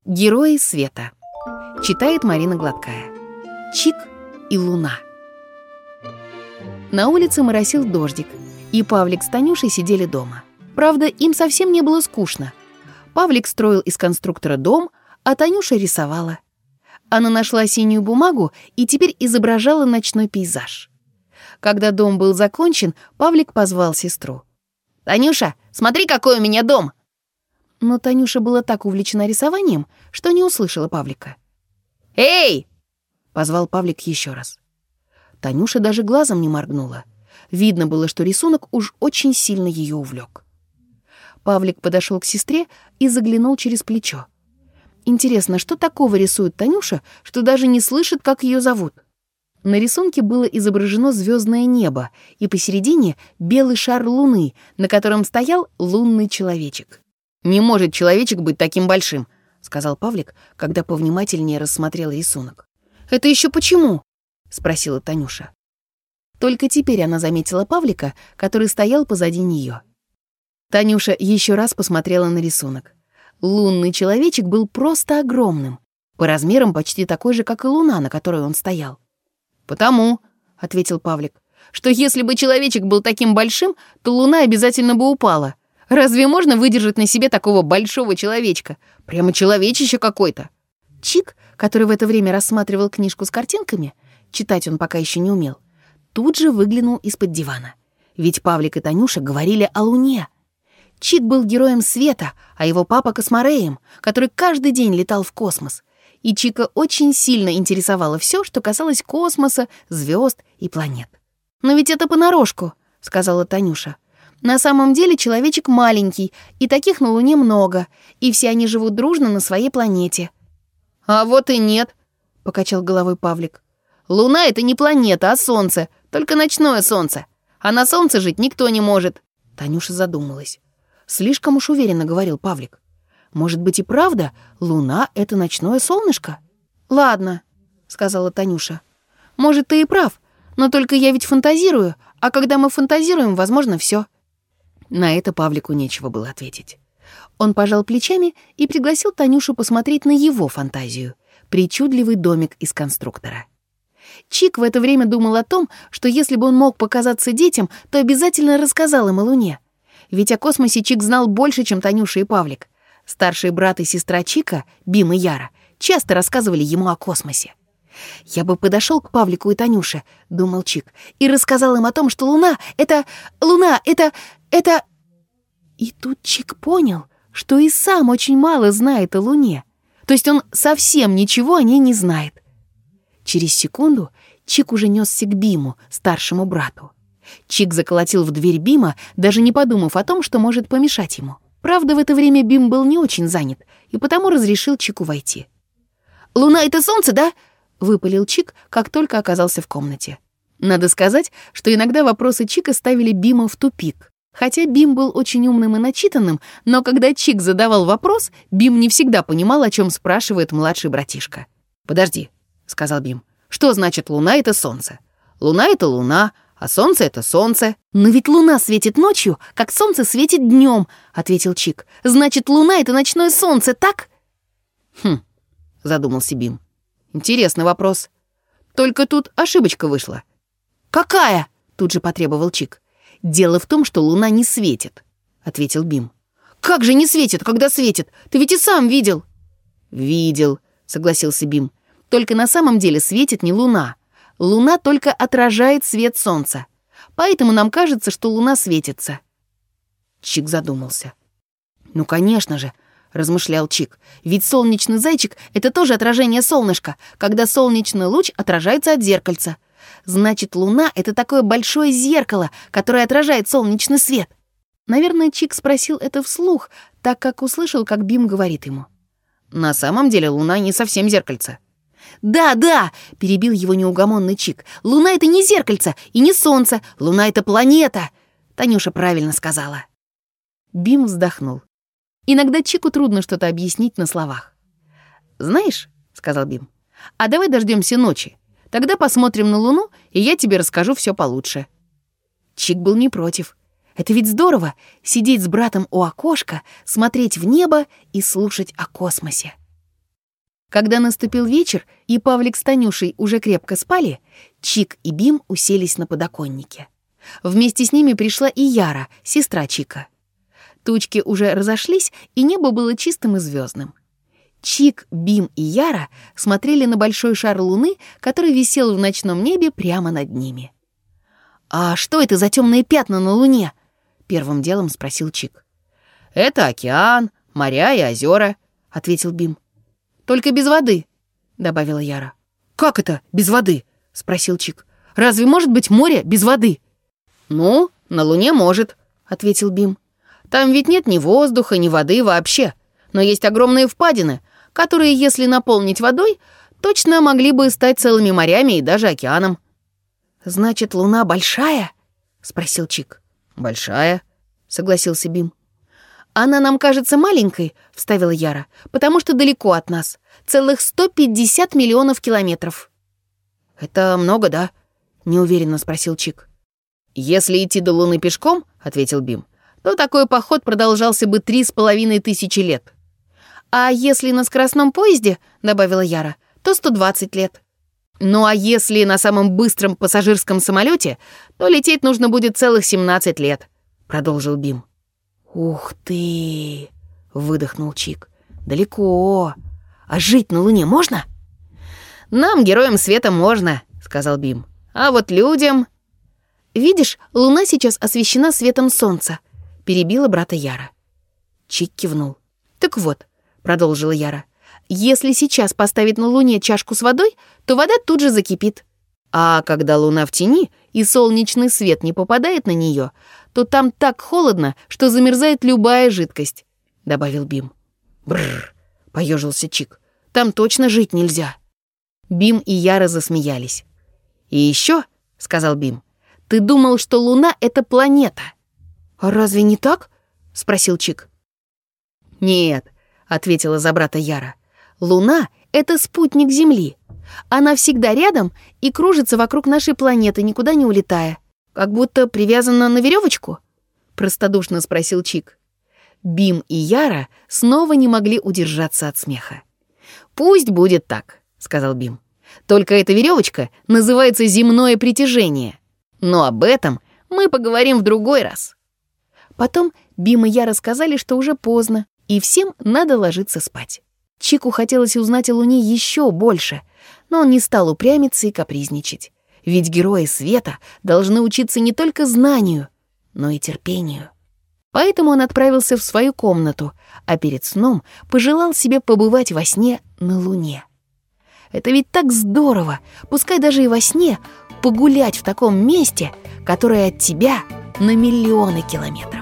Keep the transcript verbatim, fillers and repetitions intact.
Герои света. Читает Марина Гладкая. Чик и Луна. На улице моросил дождик, и Павлик с Танюшей сидели дома. Правда, им совсем не было скучно. Павлик строил из конструктора дом, а Танюша рисовала. Она нашла синюю бумагу и теперь изображала ночной пейзаж. Когда дом был закончен, Павлик позвал сестру. «Танюша, смотри, какой у меня дом!» Но Танюша была так увлечена рисованием, что не услышала Павлика. «Эй!» — позвал Павлик еще раз. Танюша даже глазом не моргнула. Видно было, что рисунок уж очень сильно ее увлек. Павлик подошел к сестре и заглянул через плечо. Интересно, что такого рисует Танюша, что даже не слышит, как ее зовут? На рисунке было изображено звездное небо, и посередине белый шар луны, на котором стоял лунный человечек. «Не может человечек быть таким большим», — сказал Павлик, когда повнимательнее рассмотрел рисунок. «Это еще почему?» — спросила Танюша. Только теперь она заметила Павлика, который стоял позади нее. Танюша еще раз посмотрела на рисунок. Лунный человечек был просто огромным, по размерам почти такой же, как и луна, на которой он стоял. «Потому», — ответил Павлик, «что если бы человечек был таким большим, то луна обязательно бы упала. Разве можно выдержать на себе такого большого человечка? Прямо человечище какой-то». Чик, который в это время рассматривал книжку с картинками, читать он пока еще не умел, тут же выглянул из-под дивана. Ведь Павлик и Танюша говорили о Луне. Чик был героем света, а его папа — космореем, который каждый день летал в космос. И Чика очень сильно интересовало все, что касалось космоса, звезд и планет. «Но ведь это понарошку», — сказала Танюша. «На самом деле человечек маленький, и таких на Луне много, и все они живут дружно на своей планете». «А вот и нет», — покачал головой Павлик. «Луна — это не планета, а солнце, только ночное солнце. А на солнце жить никто не может». Танюша задумалась. Слишком уж уверенно говорил Павлик. Может быть и правда, Луна — это ночное солнышко? «Ладно», — сказала Танюша. «Может, ты и прав, но только я ведь фантазирую, а когда мы фантазируем, возможно, все». На это Павлику нечего было ответить. Он пожал плечами и пригласил Танюшу посмотреть на его фантазию — причудливый домик из конструктора. Чик в это время думал о том, что если бы он мог показаться детям, то обязательно рассказал им о Луне. Ведь о космосе Чик знал больше, чем Танюша и Павлик. Старший брат и сестра Чика, Бим и Яра, часто рассказывали ему о космосе. «Я бы подошел к Павлику и Танюше», — думал Чик, «и рассказал им о том, что Луна — это... Луна — это... это...» И тут Чик понял, что и сам очень мало знает о Луне. То есть он совсем ничего о ней не знает. Через секунду Чик уже несся к Биму, старшему брату. Чик заколотил в дверь Бима, даже не подумав о том, что может помешать ему. Правда, в это время Бим был не очень занят, и потому разрешил Чику войти. «Луна — это солнце, да?» — выпалил Чик, как только оказался в комнате. Надо сказать, что иногда вопросы Чика ставили Бима в тупик. Хотя Бим был очень умным и начитанным, но когда Чик задавал вопрос, Бим не всегда понимал, о чем спрашивает младший братишка. «Подожди», — сказал Бим, — «что значит Луна — это солнце? Луна — это Луна, а солнце — это солнце». «Но ведь Луна светит ночью, как солнце светит днем», — ответил Чик. «Значит, Луна — это ночное солнце, так?» «Хм», — задумался Бим. «Интересный вопрос. Только тут ошибочка вышла». «Какая?» — тут же потребовал Чик. «Дело в том, что Луна не светит», — ответил Бим. «Как же не светит, когда светит? Ты ведь и сам видел». «Видел», — согласился Бим. «Только на самом деле светит не Луна. Луна только отражает свет солнца. Поэтому нам кажется, что Луна светится». Чик задумался. «Ну, конечно же», — размышлял Чик, «ведь солнечный зайчик — это тоже отражение солнышка, когда солнечный луч отражается от зеркальца. Значит, Луна — это такое большое зеркало, которое отражает солнечный свет». Наверное, Чик спросил это вслух, так как услышал, как Бим говорит ему. «На самом деле Луна не совсем зеркальце». «Да, да!» — перебил его неугомонный Чик. «Луна — это не зеркальце и не солнце. Луна — это планета!» Танюша правильно сказала. Бим вздохнул. Иногда Чику трудно что-то объяснить на словах. «Знаешь, — сказал Бим, — а давай дождемся ночи. Тогда посмотрим на Луну, и я тебе расскажу все получше». Чик был не против. Это ведь здорово — сидеть с братом у окошка, смотреть в небо и слушать о космосе. Когда наступил вечер, и Павлик с Танюшей уже крепко спали, Чик и Бим уселись на подоконнике. Вместе с ними пришла и Яра, сестра Чика. Тучки уже разошлись, и небо было чистым и звездным. Чик, Бим и Яра смотрели на большой шар луны, который висел в ночном небе прямо над ними. «А что это за темные пятна на луне?» — первым делом спросил Чик. «Это океан, моря и озера», — ответил Бим. «Только без воды», — добавила Яра. «Как это без воды?» — спросил Чик. «Разве может быть море без воды?» «Ну, на Луне может», — ответил Бим. «Там ведь нет ни воздуха, ни воды вообще. Но есть огромные впадины, которые, если наполнить водой, точно могли бы стать целыми морями и даже океаном». «Значит, Луна большая?» — спросил Чик. «Большая», — согласился Бим. «Она нам кажется маленькой», — вставила Яра, «потому что далеко от нас. Целых сто пятьдесят миллионов километров». «Это много, да?» — неуверенно спросил Чик. «Если идти до Луны пешком, — ответил Бим, — то такой поход продолжался бы три с половиной тысячи лет». «А если на скоростном поезде, — добавила Яра, — то сто двадцать лет». «Ну а если на самом быстром пассажирском самолете, то лететь нужно будет целых семнадцать лет», — продолжил Бим. «Ух ты!» — выдохнул Чик. «Далеко. А жить на Луне можно?» «Нам, героям света, можно», — сказал Бим. «А вот людям...» «Видишь, Луна сейчас освещена светом солнца», — перебила брата Яра. Чик кивнул. «Так вот», — продолжила Яра, «если сейчас поставить на Луне чашку с водой, то вода тут же закипит. А когда Луна в тени и солнечный свет не попадает на нее, то там так холодно, что замерзает любая жидкость», — добавил Бим. «Бррр», — поежился Чик, — «там точно жить нельзя». Бим и Яра засмеялись. «И еще», — сказал Бим, — «ты думал, что Луна — это планета». «А разве не так?» — спросил Чик. «Нет», — ответила за брата Яра, — «Луна — это спутник Земли. Она всегда рядом и кружится вокруг нашей планеты, никуда не улетая. Как будто привязана на веревочку?» — простодушно спросил Чик. Бим и Яра снова не могли удержаться от смеха. «Пусть будет так», — сказал Бим. «Только эта веревочка называется земное притяжение. Но об этом мы поговорим в другой раз». Потом Бим и Яра сказали, что уже поздно, и всем надо ложиться спать. Чику хотелось узнать о Луне еще больше, но он не стал упрямиться и капризничать. Ведь герои света должны учиться не только знанию, но и терпению. Поэтому он отправился в свою комнату, а перед сном пожелал себе побывать во сне на Луне. Это ведь так здорово, пускай даже и во сне, погулять в таком месте, которое от тебя на миллионы километров.